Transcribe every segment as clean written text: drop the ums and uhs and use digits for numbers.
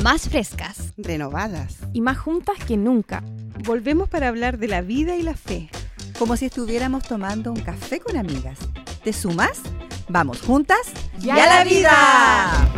más frescas, renovadas y más juntas que nunca. Volvemos para hablar de la vida y la fe, como si estuviéramos tomando un café con amigas. ¿Te sumas? ¡Vamos juntas y a la vida!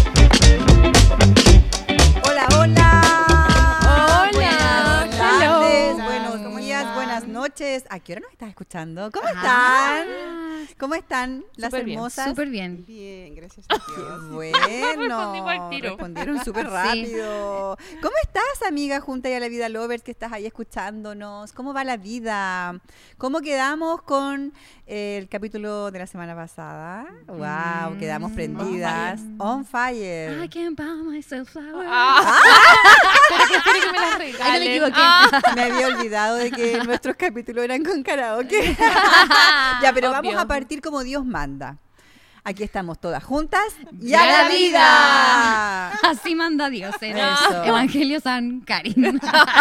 ¡Hola, hola! ¡Hola! Buenas tardes, buenos días, buenas noches. ¿A qué hora nos estás escuchando? ¿Cómo están? ¿Cómo están las Súper bien, hermosas? súper bien. Bien, gracias a Dios. Bueno, respondieron súper rápido. ¿Cómo estás, amiga Junta y a la Vida Lovers, que estás ahí escuchándonos? ¿Cómo va la vida? ¿Cómo quedamos con el capítulo de la semana pasada? ¡Wow! Quedamos prendidas. On fire. I can't buy myself flowers. Espera que me las regalen. Ahí no me equivoqué. Me había olvidado de que nuestros capítulos eran con karaoke. Ya, pero Obvio. vamos a partir como Dios manda. Aquí estamos todas juntas y ¡Ya a la la vida. Así manda Dios en el Eso. Evangelio San Karin.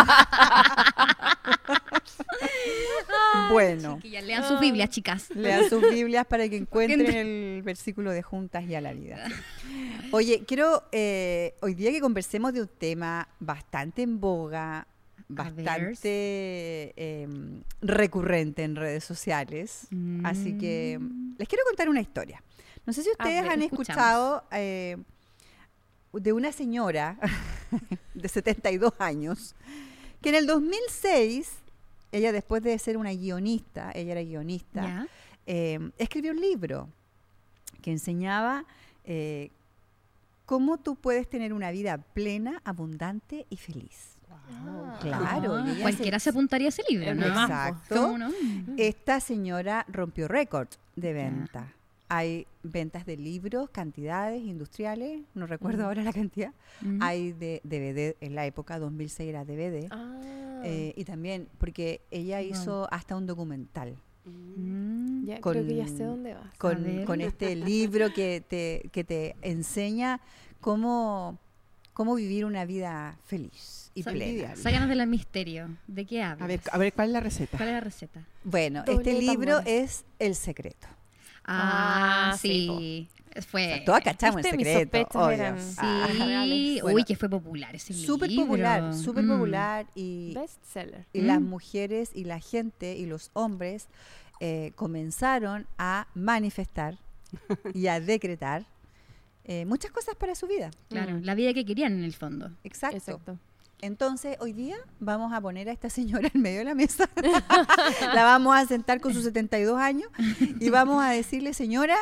Bueno, Que ya lean sus Biblias, chicas. lean sus Biblias para que encuentren el versículo de juntas y a la vida. Oye, quiero hoy día que conversemos de un tema bastante en boga, bastante recurrente en redes sociales. Así que les quiero contar una historia. No sé si ustedes ver, han escuchamos. escuchado de una señora de 72 años que en el 2006, ella después de ser una guionista, ella era guionista, ¿Ya? escribió un libro que enseñaba cómo tú puedes tener una vida plena, abundante y feliz. Claro, y ella Cualquiera se apuntaría a ese libro, ¿no? Exacto. ¿Cómo no? Esta señora rompió récord de venta. Hay ventas de libros, cantidades industriales, no recuerdo ahora la cantidad. Hay de DVD, en la época 2006 era DVD. Y también porque ella hizo hasta un documental Ya con- creo que ya sé dónde vas. A ver. con este libro que te enseña cómo vivir una vida feliz y plena. Sácanos del misterio. ¿De qué hablas? A ver, ¿cuál es la receta? ¿Cuál es la receta? Bueno, Doble este libro tambores. es El Secreto. Sí. Fue. Todas cachamos ¿Viste? El Mis Secreto. sospechas obvio. eran- Sí. reales. Bueno, Uy, que fue popular ese Súper libro. popular, súper popular. Y Bestseller. las mujeres y la gente y los hombres comenzaron a manifestar y a decretar muchas cosas para su vida. Claro, la vida que querían en el fondo. Exacto. Exacto. Entonces, hoy día vamos a poner a esta señora en medio de la mesa. La vamos a sentar con sus 72 años y vamos a decirle, señora,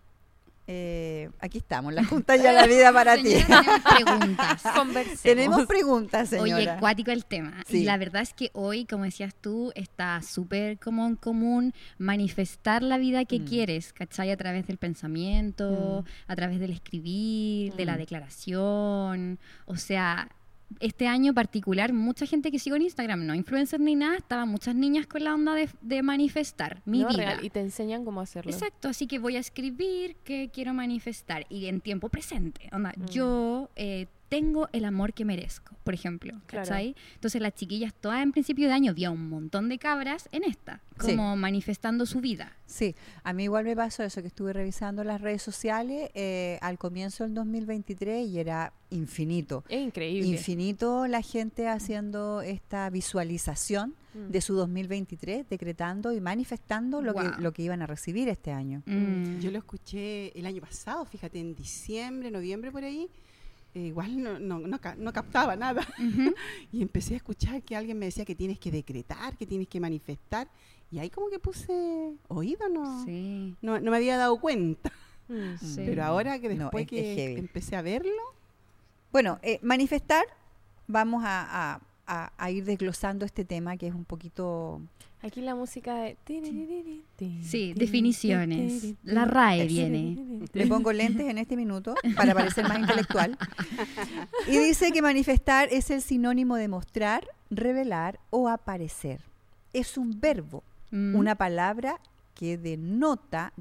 aquí estamos, la Junta y a la Vida para ti. Señora, tenemos preguntas. Conversemos. Tenemos preguntas, señora. Oye, cuático el tema. Sí. Y la verdad es que hoy, como decías tú, está súper como en común manifestar la vida que quieres, ¿cachai? A través del pensamiento, a través del escribir, de la declaración. O sea, este año particular, mucha gente que sigo en Instagram, no influencers ni nada, estaban muchas niñas con la onda de manifestar mi No, vida. real, y te enseñan cómo hacerlo. Exacto, así que voy a escribir que quiero manifestar y en tiempo presente. Onda, yo tengo el amor que merezco, por ejemplo, Claro. ¿cachai? Entonces las chiquillas todas en principio de año, había un montón de cabras en esta, Sí. como manifestando su vida. Sí, a mí igual me pasó eso, que estuve revisando las redes sociales al comienzo del 2023 y era infinito. Es increíble. Infinito la gente haciendo esta visualización de su 2023, decretando y manifestando lo Wow. que iban a recibir este año. Yo lo escuché el año pasado, fíjate, en diciembre, noviembre, por ahí. Igual no captaba nada. Y empecé a escuchar que alguien me decía que tienes que decretar, que tienes que manifestar. Y ahí como que puse oído, Sí. no me había dado cuenta. Sí. Pero ahora que No, después es que heavy. empecé a verlo, Bueno, manifestar, vamos a ir desglosando este tema que es un poquito... Aquí la música de... Sí, definiciones. La RAE viene. Me pongo lentes en este minuto para parecer más intelectual. Y dice que manifestar es el sinónimo de mostrar, revelar o aparecer. Es un verbo, una palabra que denota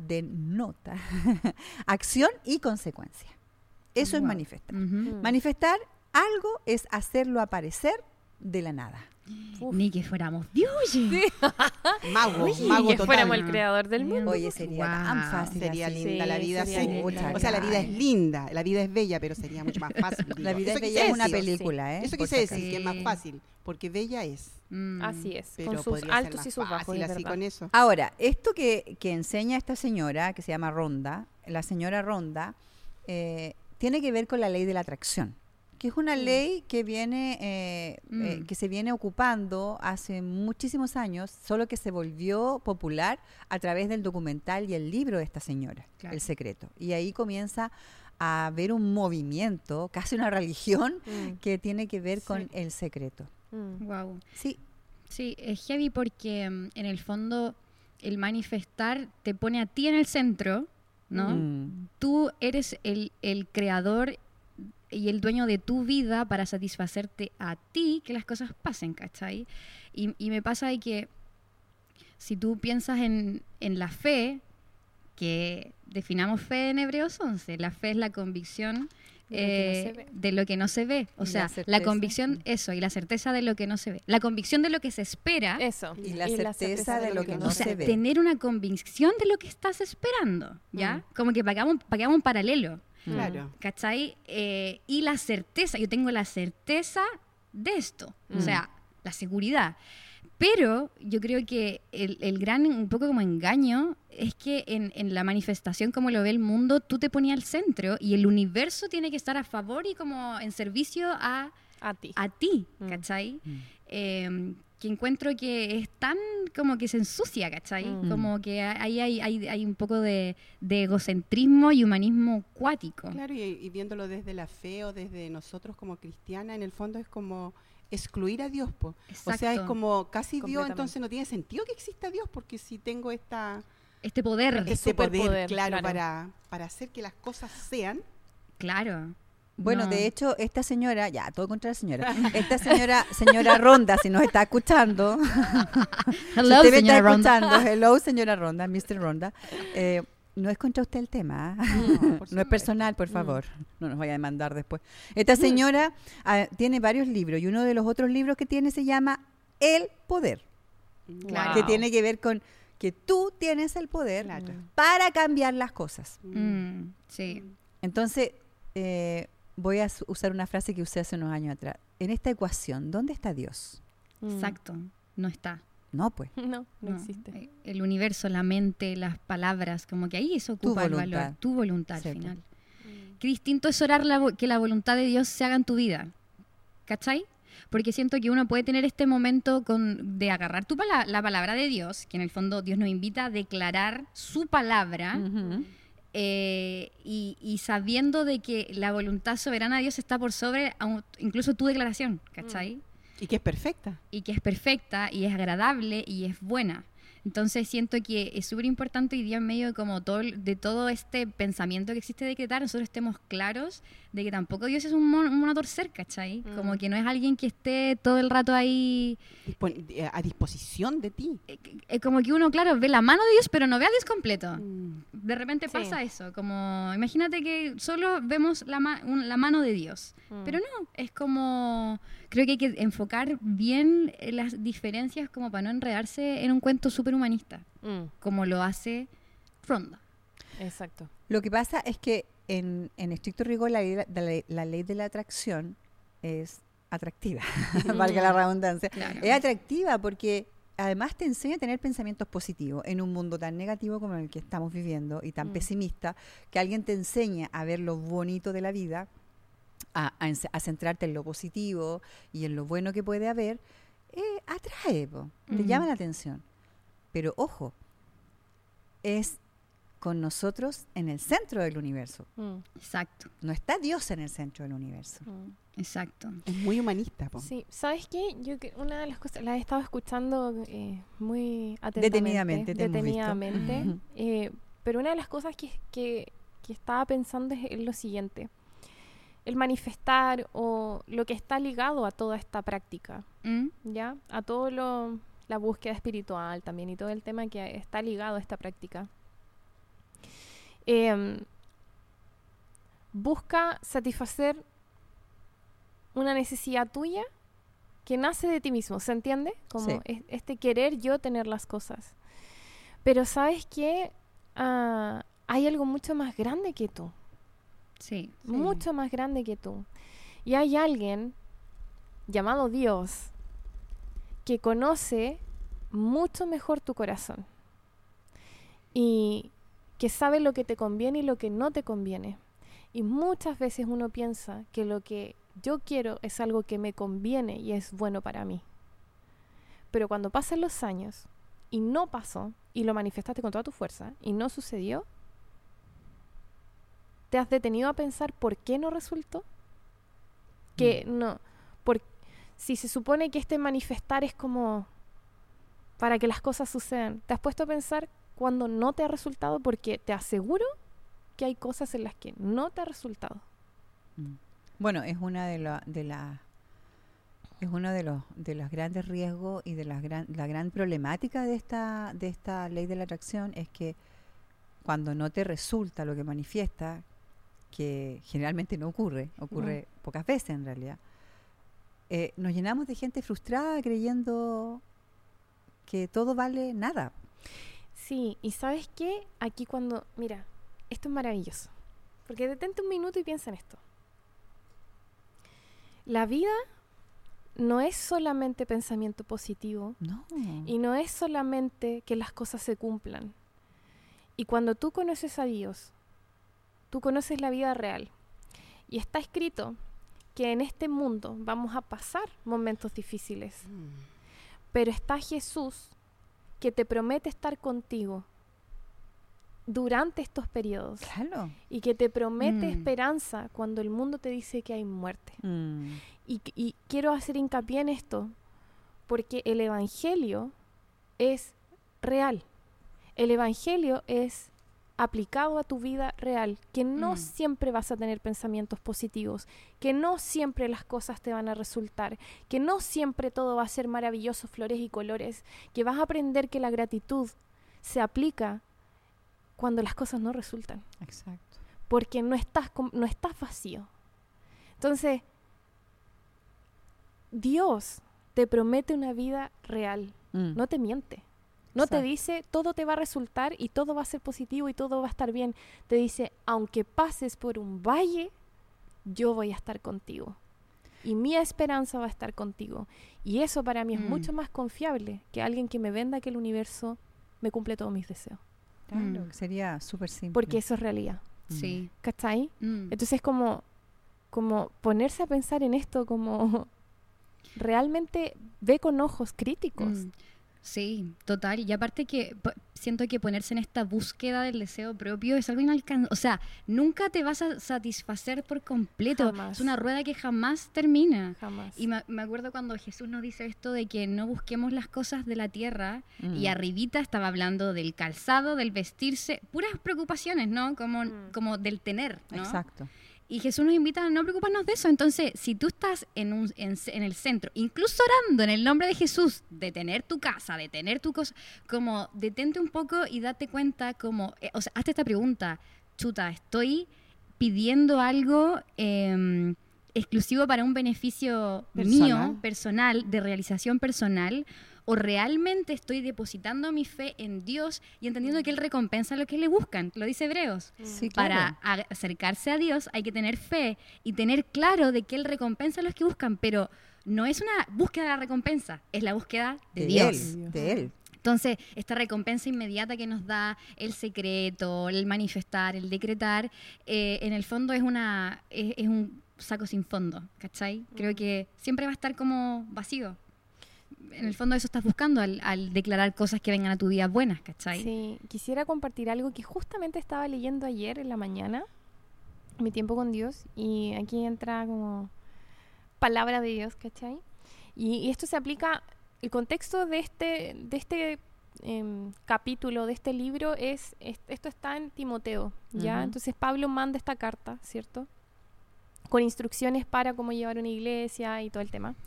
acción y consecuencia. Eso es Wow. manifestar. Ujú. Manifestar algo es hacerlo aparecer de la nada. Uf. Ni que fuéramos dioses. Mago, Oye, mago que total. fuéramos el creador del mundo. Oye, sería tan Wow. fácil. Sería así. linda la vida. sería Sí. linda. O sea, la vida es linda, la vida es bella, pero sería mucho más fácil. La digo. vida Eso es quise bella es una decir. película, ¿eh? Eso Por quise si decir, acaso. que es más fácil, porque bella es. Así es, Pero con sus podría ser altos más y sus bajos, fácil es así verdad. con eso. Ahora, esto que enseña esta señora, que se llama Ronda, la señora Ronda, tiene que ver con la ley de la atracción, que es una ley que viene, que se viene ocupando hace muchísimos años, solo que se volvió popular a través del documental y el libro de esta señora, Claro. El Secreto. Y ahí comienza a haber un movimiento, casi una religión, que tiene que ver con Sí. el secreto. Wow. Sí, Sí, es heavy porque en el fondo el manifestar te pone a ti en el centro, ¿no? Tú eres el creador y el dueño de tu vida para satisfacerte a ti que las cosas pasen, ¿cachai? Y me pasa de que si tú piensas en la fe, que definamos fe en Hebreos 11, la fe es la convicción de lo que no se ve. O Y sea, la la certeza. convicción, eso, y la certeza de lo que no se ve. La convicción de lo que se espera. Eso. Y la certeza de lo que no O sea, se ve. tener una convicción de lo que estás esperando, ¿ya? Como que pagamos un paralelo, Claro. ¿cachai? Y la certeza, yo tengo la certeza de esto, o sea, la seguridad. Pero yo creo que el gran, un poco como engaño, es que en la manifestación como lo ve el mundo, tú te ponías al centro y el universo tiene que estar a favor y como en servicio a ti. ti, ¿cachai? Que encuentro que es tan como que se ensucia, ¿cachai? Como que ahí hay un poco de egocentrismo y humanismo cuático. Claro, y viéndolo desde la fe o desde nosotros como cristiana, en el fondo es como excluir a Dios, po. O sea, es Exacto. como casi Dios, Completamente. entonces no tiene sentido que exista Dios, porque si tengo Este poder, este poder, superpoder, claro, claro. para hacer que las cosas sean. claro. Bueno, No. de hecho, esta señora, ya, todo contra la señora, esta señora Ronda, si nos está escuchando, Hello, si usted me señora está Ronda. escuchando, hello, señora Ronda, Mr. Ronda, no es contra usted el tema, ¿ah? por no es supuesto. personal, por favor, no nos vaya a demandar después. Esta señora tiene varios libros y uno de los otros libros que tiene se llama El Poder, Claro. que tiene que ver con que tú tienes el poder Claro. para cambiar las cosas. Sí. Entonces, voy a usar una frase que usé hace unos años atrás. En esta ecuación, ¿dónde está Dios? Exacto. No está. No, pues. No existe. El universo, la mente, las palabras, como que ahí eso ocupa el voluntad. valor. Tu voluntad al Cierto. final. Qué distinto es orar que la voluntad de Dios se haga en tu vida. ¿Cachai? Porque siento que uno puede tener este momento de agarrar la palabra de Dios, que en el fondo Dios nos invita a declarar su palabra, Ujú. y sabiendo de que la voluntad soberana de Dios está por sobre incluso tu declaración, ¿cachai? Y que es perfecta. Y que es perfecta y es agradable y es buena. Entonces siento que es súper importante hoy día en medio de como de todo este pensamiento que existe de decretar, nosotros estemos claros de que tampoco Dios es un mono a torcer, ¿cachai? Como que no es alguien que esté todo el rato ahí, A disposición de ti. como que uno, claro, ve la mano de Dios, pero no ve a Dios completo. Mm. De repente Sí. pasa eso, como imagínate que solo vemos la mano de Dios, pero no, es como, creo que hay que enfocar bien las diferencias como para no enredarse en un cuento súper humanista, como lo hace Ronda. Exacto. Lo que pasa es que en estricto rigor la ley de la atracción es atractiva, valga la redundancia. Claro. Es atractiva porque además te enseña a tener pensamientos positivos en un mundo tan negativo como el que estamos viviendo y tan pesimista, que alguien te enseña a ver lo bonito de la vida, a centrarte en lo positivo y en lo bueno que puede haber, atrae, te llama la atención. Pero ojo, es con nosotros en el centro del universo. Exacto, No está Dios en el centro del universo. exacto. Es muy humanista, po. Sí, ¿sabes qué? Una de las cosas, la he estado escuchando muy atentamente. Detenidamente, te hemos visto. Detenidamente. Pero una de las cosas que estaba pensando es lo siguiente. El manifestar o lo que está ligado a toda esta práctica, ¿ya? A todo la búsqueda espiritual también y todo el tema que está ligado a esta práctica. Busca satisfacer una necesidad tuya que nace de ti mismo, ¿se entiende? Como sí. Este querer yo tener las cosas. Pero ¿sabes qué? Hay algo mucho más grande que tú. Sí. Mucho más grande que tú. Y hay alguien llamado Dios que conoce mucho mejor tu corazón y que sabe lo que te conviene y lo que no te conviene. Y muchas veces uno piensa que lo que yo quiero es algo que me conviene y es bueno para mí. Pero cuando pasan los años y no pasó y lo manifestaste con toda tu fuerza y no sucedió, ¿te has detenido a pensar por qué no resultó? Que no, si se supone que este manifestar es como para que las cosas sucedan, ¿te has puesto a pensar cuando no te ha resultado? Porque te aseguro que hay cosas en las que no te ha resultado. Bueno, es una es uno de los grandes riesgos y de la gran problemática de esta ley de la atracción, es que cuando no te resulta lo que manifiesta, que generalmente no ocurre pocas veces en realidad, nos llenamos de gente frustrada creyendo que todo vale nada. Sí, y ¿sabes qué? Aquí mira, esto es maravilloso, porque detente un minuto y piensa en esto. La vida no es solamente pensamiento positivo, no. Y no es solamente que las cosas se cumplan. Y cuando tú conoces a Dios, tú conoces la vida real. Y está escrito que en este mundo vamos a pasar momentos difíciles. Pero está Jesús que te promete estar contigo durante estos periodos. Claro. Y que te promete esperanza cuando el mundo te dice que hay muerte. Y quiero hacer hincapié en esto porque el Evangelio es real. El Evangelio es aplicado a tu vida real, que no siempre vas a tener pensamientos positivos, que no siempre las cosas te van a resultar, que no siempre todo va a ser maravilloso, flores y colores, que vas a aprender que la gratitud se aplica cuando las cosas no resultan. Exacto. Porque no estás vacío. Entonces, Dios te promete una vida real, no te miente. No te dice, todo te va a resultar y todo va a ser positivo y todo va a estar bien. Te dice, aunque pases por un valle, yo voy a estar contigo. Y mi esperanza va a estar contigo. Y eso para mí es mucho más confiable que alguien que me venda que el universo me cumple todos mis deseos. Claro, sería súper simple. Porque eso es realidad. Sí. ¿Cachai? Entonces como ponerse a pensar en esto, como realmente ve con ojos críticos. Sí, total. Y aparte que siento que ponerse en esta búsqueda del deseo propio es algo inalcanzable. O sea, nunca te vas a satisfacer por completo. Jamás. Es una rueda que jamás termina. Jamás. Y me acuerdo cuando Jesús nos dice esto de que no busquemos las cosas de la tierra, y arribita estaba hablando del calzado, del vestirse, puras preocupaciones, ¿no? Como del tener, ¿no? Exacto. Y Jesús nos invita a no preocuparnos de eso. Entonces, si tú estás en el centro, incluso orando en el nombre de Jesús, de tener tu casa, de tener tu cosa, como detente un poco y date cuenta como, o sea, hazte esta pregunta, chuta, ¿estoy pidiendo algo exclusivo para un beneficio mío, personal, de realización personal? ¿O realmente estoy depositando mi fe en Dios y entendiendo que Él recompensa a los que le buscan? Lo dice Hebreos. Sí, claro. Para acercarse a Dios hay que tener fe y tener claro de que Él recompensa a los que buscan, pero no es una búsqueda de la recompensa, es la búsqueda de Dios. De Él. Entonces, esta recompensa inmediata que nos da el secreto, el manifestar, el decretar, en el fondo es un saco sin fondo, ¿cachai? Creo que siempre va a estar como vacío. En el fondo eso estás buscando al declarar cosas que vengan a tu vida buenas, ¿cachai? Sí, quisiera compartir algo que justamente estaba leyendo ayer en la mañana, mi tiempo con Dios, y aquí entra como palabra de Dios, ¿cachai? Y esto se aplica, el contexto de este capítulo, de este libro, esto está en Timoteo, ¿ya? Entonces Pablo manda esta carta, ¿cierto? Con instrucciones para cómo llevar una iglesia y todo el tema.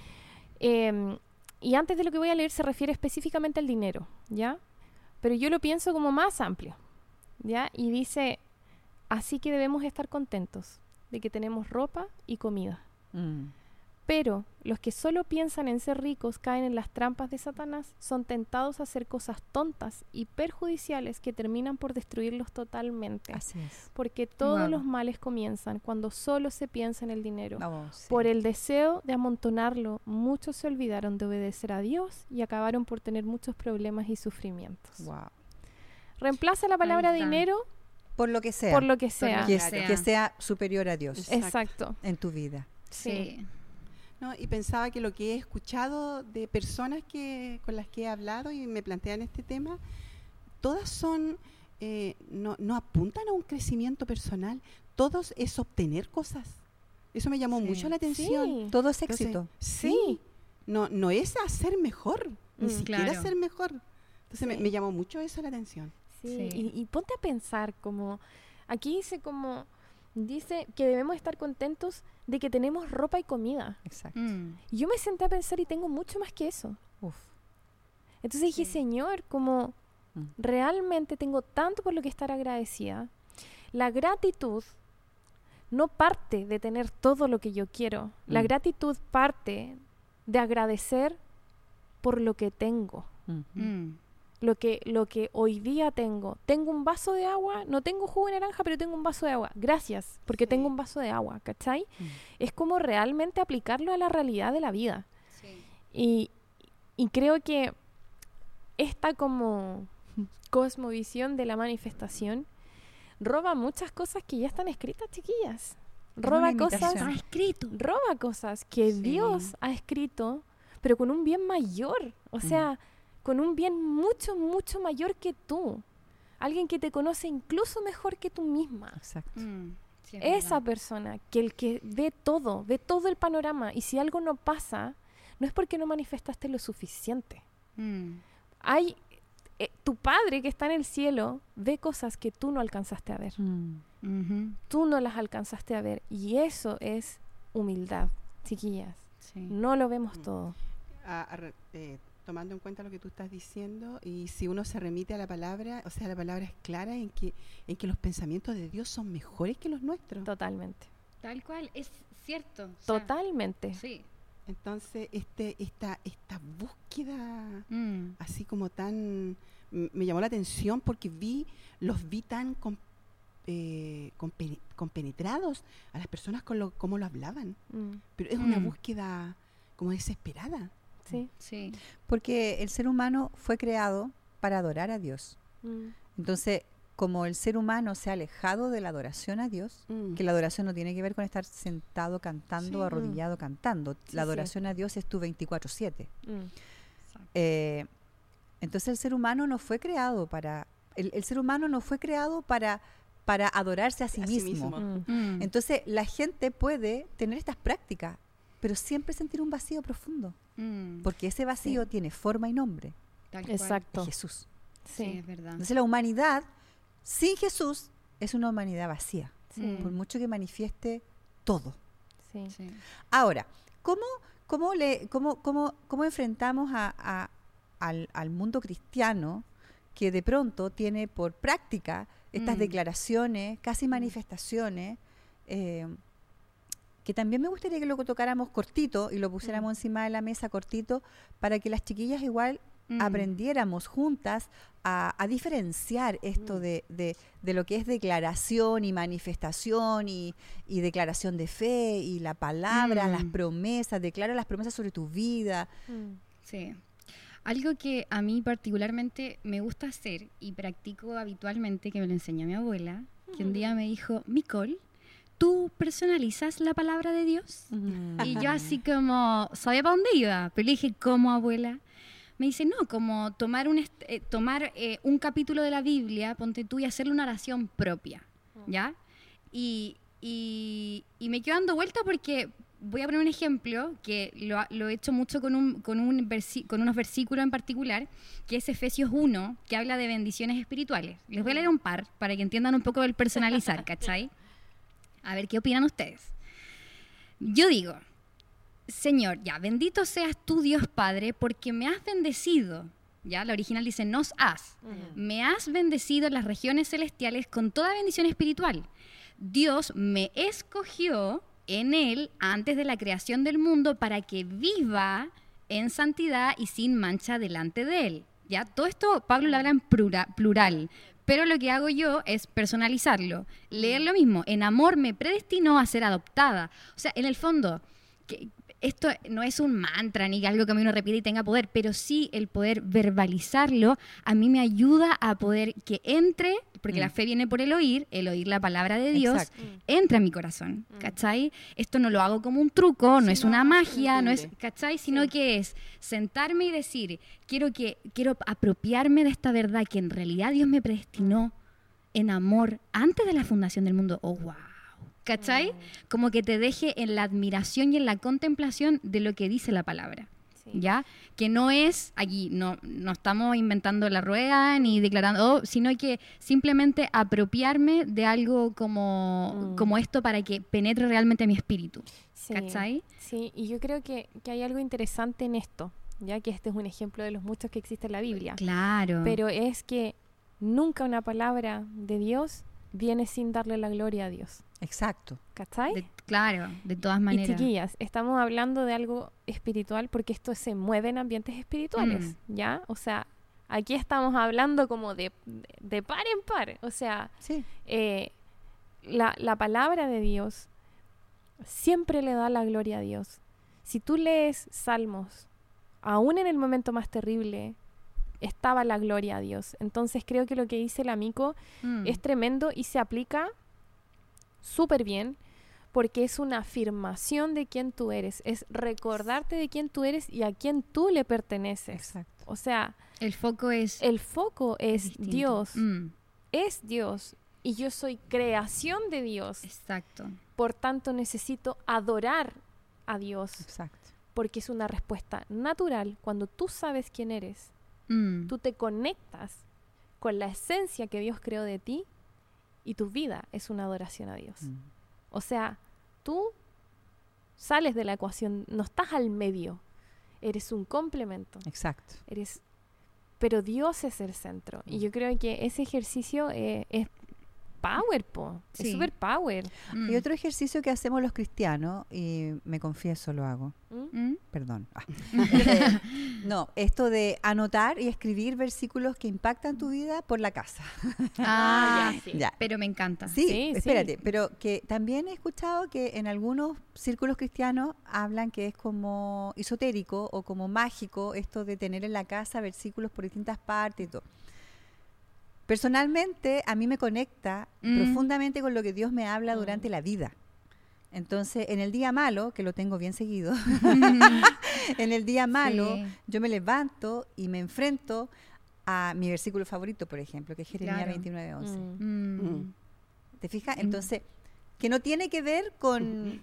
Y antes de lo que voy a leer se refiere específicamente al dinero, ¿ya? Pero yo lo pienso como más amplio, ¿ya? Y dice, así que debemos estar contentos de que tenemos ropa y comida, Pero los que solo piensan en ser ricos caen en las trampas de Satanás, son tentados a hacer cosas tontas y perjudiciales que terminan por destruirlos totalmente. Así es. Porque todos los males comienzan cuando solo se piensa en el dinero. Sí. Por el deseo de amontonarlo, muchos se olvidaron de obedecer a Dios y acabaron por tener muchos problemas y sufrimientos. Wow. Reemplaza la palabra dinero por lo que sea. Por lo que sea. Que sea superior a Dios. Exacto. En tu vida. Sí. No, y pensaba que lo que he escuchado de personas con las que he hablado y me plantean este tema, todas son, no apuntan a un crecimiento personal, todos es obtener cosas. Eso me llamó mucho la atención. Sí. Todo es éxito. Entonces, sí. No es hacer mejor, ni siquiera ser mejor. Entonces me llamó mucho eso la atención. Sí. Y ponte a pensar, como aquí dice que debemos estar contentos de que tenemos ropa y comida. Exacto. Y yo me senté a pensar y tengo mucho más que eso. Entonces dije, Señor, como realmente tengo tanto por lo que estar agradecida. La gratitud no parte de tener todo lo que yo quiero. La gratitud parte de agradecer por lo que tengo. Lo que hoy día tengo. Tengo un vaso de agua, no tengo jugo de naranja, pero tengo un vaso de agua. Gracias, porque tengo un vaso de agua, ¿cachai? Es como realmente aplicarlo a la realidad de la vida. Sí. Y creo que esta como cosmovisión de la manifestación roba muchas cosas que ya están escritas, chiquillas. Roba cosas que Dios ha escrito, pero con un bien mayor. O sea, con un bien mucho, mucho mayor que tú. Alguien que te conoce incluso mejor que tú misma. Exacto. Sí, esa persona, el que ve todo el panorama. Y si algo no pasa, no es porque no manifestaste lo suficiente. Hay tu Padre que está en el cielo ve cosas que tú no alcanzaste a ver. Tú no las alcanzaste a ver. Y eso es humildad, chiquillas. Sí. No lo vemos todo. Tomando en cuenta lo que tú estás diciendo, y si uno se remite a la palabra, o sea, la palabra es clara en que los pensamientos de Dios son mejores que los nuestros. Totalmente. Tal cual, es cierto. Totalmente. Sí. Entonces, esta búsqueda así como tan... me llamó la atención porque los vi tan compenetrados a las personas cómo lo hablaban. Pero es una búsqueda como desesperada. Sí. Porque el ser humano fue creado para adorar a Dios. Entonces, como el ser humano se ha alejado de la adoración a Dios, que la adoración no tiene que ver con estar sentado cantando o arrodillado cantando. La adoración a Dios es tu 24/7. Entonces el ser humano no fue creado para... El ser humano no fue creado para adorarse a sí mismo. Entonces la gente puede tener estas prácticas, pero siempre sentir un vacío profundo. Porque ese vacío tiene forma y nombre. Exacto. Es Jesús. Sí, es verdad. Entonces la humanidad sin Jesús es una humanidad vacía. Por mucho que manifieste todo. Sí. Ahora, ¿cómo enfrentamos al mundo cristiano que de pronto tiene por práctica estas declaraciones, casi manifestaciones, que también me gustaría que lo tocáramos cortito y lo pusiéramos encima de la mesa cortito para que las chiquillas igual aprendiéramos juntas a diferenciar esto de lo que es declaración y manifestación y declaración de fe y la palabra, las promesas, declara las promesas sobre tu vida. Sí. Algo que a mí particularmente me gusta hacer y practico habitualmente, que me lo enseñó mi abuela, que un día me dijo, Nicole, ¿tú personalizas la palabra de Dios? Y yo así como, sabía para dónde iba, pero le dije, ¿cómo, abuela? Me dice, no, como tomar un capítulo de la Biblia, ponte tú, y hacerle una oración propia, ¿ya? Y me quedo dando vuelta porque voy a poner un ejemplo que lo he hecho mucho con unos versículos en particular, que es Efesios 1, que habla de bendiciones espirituales. Les voy a leer un par para que entiendan un poco del personalizar, ¿cachai? A ver qué opinan ustedes. Yo digo, Señor, ya, bendito seas tú, Dios Padre, porque me has bendecido. Ya, la original dice, nos has. Me has bendecido en las regiones celestiales con toda bendición espiritual. Dios me escogió en Él antes de la creación del mundo para que viva en santidad y sin mancha delante de Él. ¿Ya? Todo esto Pablo lo habla en plural, pero lo que hago yo es personalizarlo, leer lo mismo. En amor me predestinó a ser adoptada. O sea, en el fondo, esto no es un mantra ni algo que a mí uno repite y tenga poder, pero sí el poder verbalizarlo a mí me ayuda a poder que entre, porque la fe viene por el oír la palabra de Dios, entra en mi corazón, ¿cachai? Esto no lo hago como un truco, no es una magia, no es, ¿cachai? Sino que es sentarme y decir, quiero apropiarme de esta verdad que en realidad Dios me predestinó en amor antes de la fundación del mundo. ¡Oh, wow! ¿Cachai? Como que te deje en la admiración y en la contemplación de lo que dice la palabra. ¿Ya? Que no es, aquí no estamos inventando la rueda ni declarando, sino que simplemente apropiarme de algo como esto para que penetre realmente mi espíritu. ¿Cachai? Sí, y yo creo que hay algo interesante en esto, ya que este es un ejemplo de los muchos que existe en la Biblia. Claro. Pero es que nunca una palabra de Dios viene sin darle la gloria a Dios. Exacto. ¿Cachai? Claro, de todas maneras. Y chiquillas, estamos hablando de algo espiritual porque esto se mueve en ambientes espirituales, ¿ya? O sea, aquí estamos hablando como de par en par. O sea, la palabra de Dios siempre le da la gloria a Dios. Si tú lees Salmos, aún en el momento más terrible, estaba la gloria a Dios. Entonces creo que lo que dice el amigo es tremendo y se aplica súper bien porque es una afirmación de quién tú eres, es recordarte de quién tú eres y a quién tú le perteneces. Exacto. O sea, el foco es Dios, es Dios y yo soy creación de Dios. Exacto. Por tanto necesito adorar a Dios. Exacto. Porque es una respuesta natural cuando tú sabes quién eres. Tú te conectas con la esencia que Dios creó de ti y tu vida es una adoración a Dios. O sea, tú sales de la ecuación, no estás al medio, eres un complemento. Exacto. Pero Dios es el centro. Y yo creo que ese ejercicio es power, es super power. Hay otro ejercicio que hacemos los cristianos, y me confieso, lo hago. Perdón. No, esto de anotar y escribir versículos que impactan tu vida por la casa. Ya. Pero me encanta. Sí, espérate, pero que también he escuchado que en algunos círculos cristianos hablan que es como esotérico o como mágico esto de tener en la casa versículos por distintas partes y todo. Personalmente, a mí me conecta profundamente con lo que Dios me habla durante la vida. Entonces, en el día malo, que lo tengo bien seguido, en el día malo, yo me levanto y me enfrento a mi versículo favorito, por ejemplo, que es Jeremías 29:11. ¿Te fijas? Entonces, que no tiene que ver con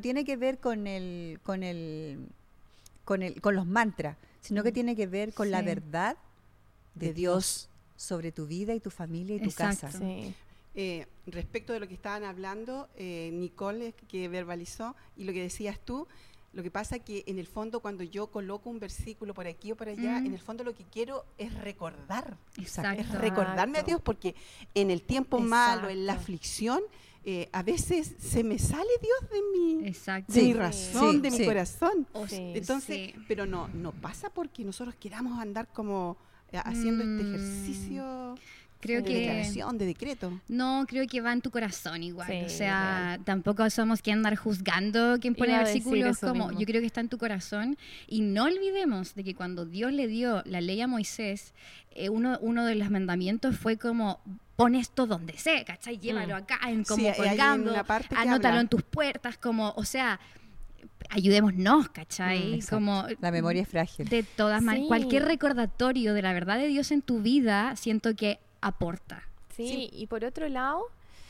con los mantras, sino que tiene que ver con la verdad de Dios sobre tu vida y tu familia y tu casa. Sí. Respecto de lo que estaban hablando, Nicole, que verbalizó, y lo que decías tú, lo que pasa que en el fondo cuando yo coloco un versículo por aquí o por allá, en el fondo lo que quiero es recordar. Exacto. Es recordarme a Dios, porque en el tiempo malo, en la aflicción, a veces se me sale Dios de mi razón, de mi corazón. Entonces, pero no pasa porque nosotros queramos andar como haciendo este ejercicio de declaración, de decreto. No, creo que va en tu corazón igual. O sea, tampoco somos quien andar juzgando quién pone versículos como. Yo creo que está en tu corazón. Y no olvidemos de que cuando Dios le dio la ley a Moisés, uno de los mandamientos fue como: pon esto donde sea, ¿cachai? Llévalo acá, como colgando, anótalo en tus puertas, como, o sea, ayudémonos, ¿cachai? Como la memoria es frágil. De todas maneras, cualquier recordatorio de la verdad de Dios en tu vida, siento que aporta. Sí, y por otro lado,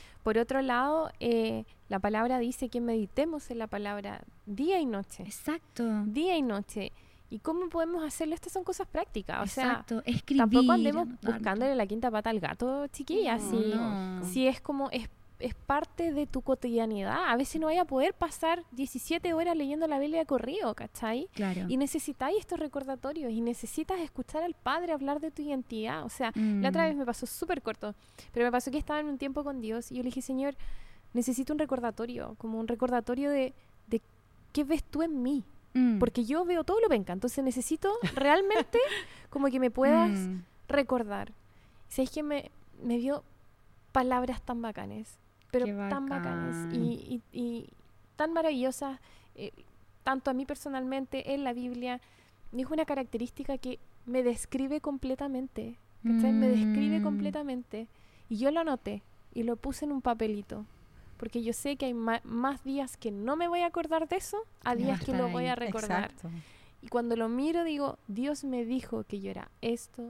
la palabra dice que meditemos en la palabra día y noche. Exacto. Día y noche. ¿Y cómo podemos hacerlo? Estas son cosas prácticas. Exacto. O sea, escribir, tampoco andemos buscándole la quinta pata al gato, chiquillas. Si es como, es parte de tu cotidianidad. A veces no vaya a poder pasar 17 horas leyendo la Biblia de corrido, ¿cachai? Claro. Y necesitáis estos recordatorios y necesitas escuchar al Padre hablar de tu identidad. O sea, la otra vez me pasó súper corto, pero me pasó que estaba en un tiempo con Dios y yo le dije: Señor, necesito un recordatorio, como un recordatorio de qué ves tú en mí. Porque yo veo todo lo penca, entonces necesito realmente como que me puedas recordar. ¿Sabes que me dio palabras tan bacanes? Pero tan bacanes y tan maravillosas, tanto a mí personalmente, en la Biblia. Me dijo una característica que me describe completamente, ¿cachai? Me describe completamente. Y yo lo anoté y lo puse en un papelito. Porque yo sé que hay más días que no me voy a acordar de eso, a días que lo voy a recordar. Exacto. Y cuando lo miro digo, Dios me dijo que yo era esto,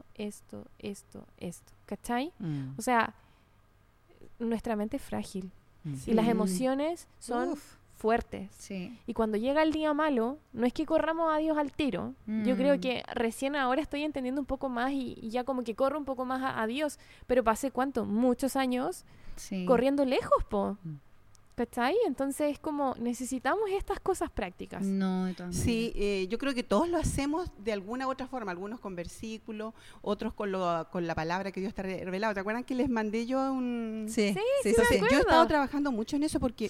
¿cachai? O sea, nuestra mente es frágil. Sí. Y las emociones son fuertes. Sí. Y cuando llega el día malo, no es que corramos a Dios al tiro. Yo creo que recién ahora estoy entendiendo un poco más y ya como que corro un poco más a Dios. Pero pasé, ¿cuánto? Muchos años corriendo lejos, po. ¿Cachai? Entonces es como, necesitamos estas cosas prácticas. No, de todas maneras. Sí, yo creo que todos lo hacemos de alguna u otra forma, algunos con versículos, otros con la palabra que Dios te ha revelado. ¿Te acuerdan que les mandé yo un...? Sí, Yo he estado trabajando mucho en eso porque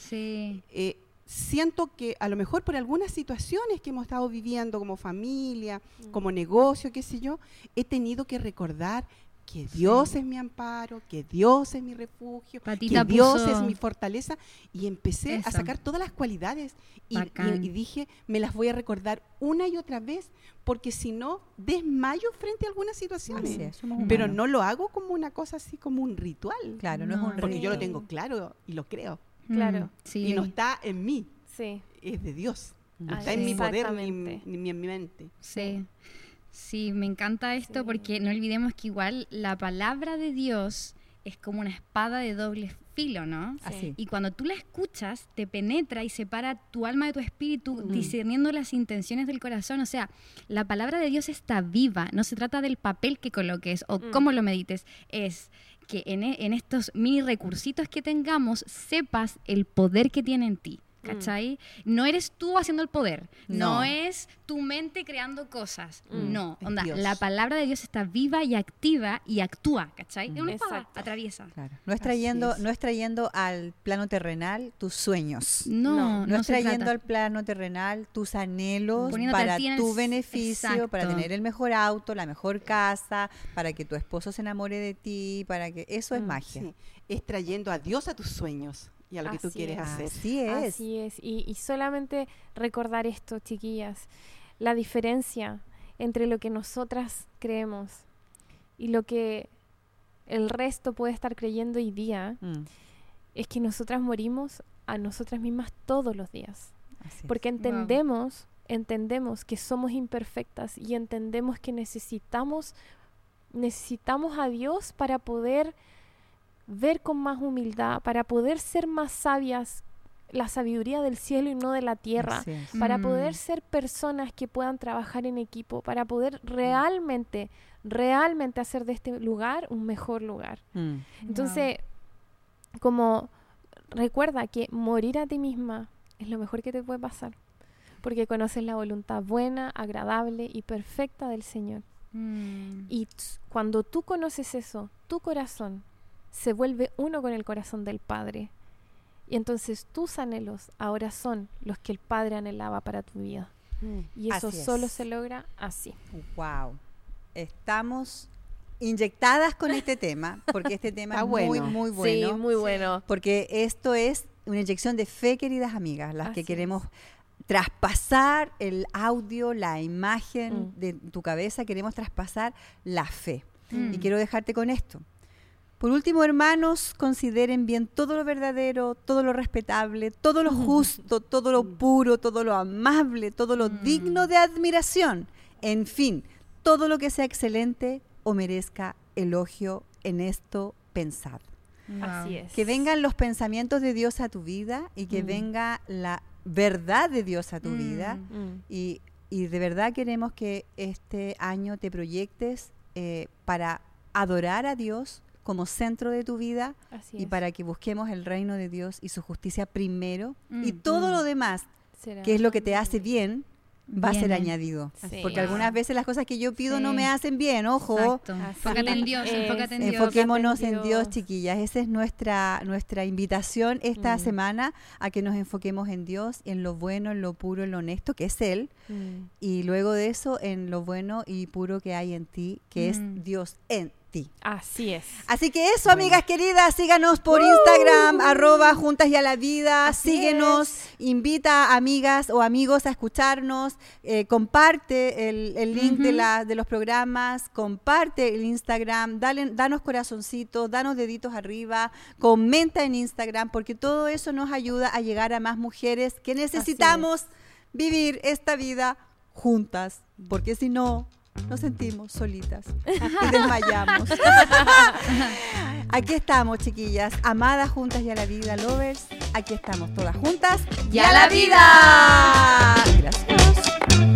siento que a lo mejor por algunas situaciones que hemos estado viviendo como familia, como negocio, qué sé yo, he tenido que recordar que Dios es mi amparo, que Dios es mi refugio, Patita que Dios puso... es mi fortaleza, y empecé a sacar todas las cualidades y dije, me las voy a recordar una y otra vez, porque si no, desmayo frente a algunas situaciones. Pero no lo hago como una cosa así, como un ritual. Claro, no es un ritual. Porque yo lo tengo claro y lo creo. Claro. Y no está en mí, Sí. es de Dios. No Ah, está en mi poder exactamente. ni en mi mente. Sí. Sí, me encanta esto porque no olvidemos que igual la palabra de Dios es como una espada de doble filo, ¿no? Así. Y cuando tú la escuchas, te penetra y separa tu alma de tu espíritu, discerniendo las intenciones del corazón. O sea, la palabra de Dios está viva. No se trata del papel que coloques o cómo lo medites. Es que en estos mini recursitos que tengamos, sepas el poder que tiene en ti. ¿Cachai? No eres tú haciendo el poder, no es tu mente creando cosas, no, onda, la palabra de Dios está viva y activa y actúa, ¿cachai? Es una espada, atraviesa. Claro. No es trayendo al plano terrenal tus sueños. No es se trayendo trata. al plano terrenal tus anhelos Poniéndote para a ti en tu el- beneficio, Exacto. para tener el mejor auto, la mejor casa, para que tu esposo se enamore de ti, para que eso es magia. Sí. Es trayendo a Dios a tus sueños y a lo que tú Así quieres es. hacer. Así es. Así es. Y solamente recordar esto, chiquillas, la diferencia entre lo que nosotras creemos y lo que el resto puede estar creyendo hoy día es que nosotras morimos a nosotras mismas todos los días. Así es. Porque entendemos que somos imperfectas y entendemos que necesitamos a Dios para poder ver con más humildad, para poder ser más sabias, la sabiduría del cielo y no de la tierra, Así es. para poder ser personas que puedan trabajar en equipo, para poder realmente hacer de este lugar un mejor lugar. Entonces, como recuerda que morir a ti misma es lo mejor que te puede pasar, porque conoces la voluntad buena, agradable y perfecta del Señor. Y cuando tú conoces eso, tu corazón se vuelve uno con el corazón del Padre. Y entonces tus anhelos ahora son los que el Padre anhelaba para tu vida. Y eso Así es. solo se logra así. Wow. Estamos inyectadas con este tema, porque este tema Está es bueno. muy bueno. Sí, muy bueno. Porque esto es una inyección de fe, queridas amigas, las que Así queremos traspasar el audio, la imagen de tu cabeza, queremos traspasar la fe. Y quiero dejarte con esto. Por último, hermanos, consideren bien todo lo verdadero, todo lo respetable, todo lo justo, todo lo puro, todo lo amable, todo lo digno de admiración. En fin, todo lo que sea excelente o merezca elogio, en esto pensad. Así es. Que vengan los pensamientos de Dios a tu vida y que venga la verdad de Dios a tu vida. Y de verdad queremos que este año te proyectes para adorar a Dios como centro de tu vida Así y es. para que busquemos el reino de Dios y su justicia primero y todo lo demás, Será. que es lo que te hace bien, va a ser añadido. Sí. Porque algunas veces las cosas que yo pido no me hacen bien, ojo. Exacto. Enfócate en Dios, enfócate en Dios. Enfoquémonos en Dios, chiquillas. Esa es nuestra invitación esta semana, a que nos enfoquemos en Dios, en lo bueno, en lo puro, en lo honesto, que es Él. Y luego de eso, en lo bueno y puro que hay en ti, que es Dios en ti. Así es. Así que eso, amigas queridas, síganos por Instagram, @juntasyAlaVida, síguenos, invita a amigas o amigos a escucharnos, comparte el link de los programas, comparte el Instagram, danos corazoncitos, danos deditos arriba, comenta en Instagram, porque todo eso nos ayuda a llegar a más mujeres que necesitamos vivir esta vida juntas, porque si no, nos sentimos solitas y desmayamos. Aquí estamos, chiquillas, amadas juntas y a la vida, lovers. Aquí estamos todas juntas y a la vida. Gracias.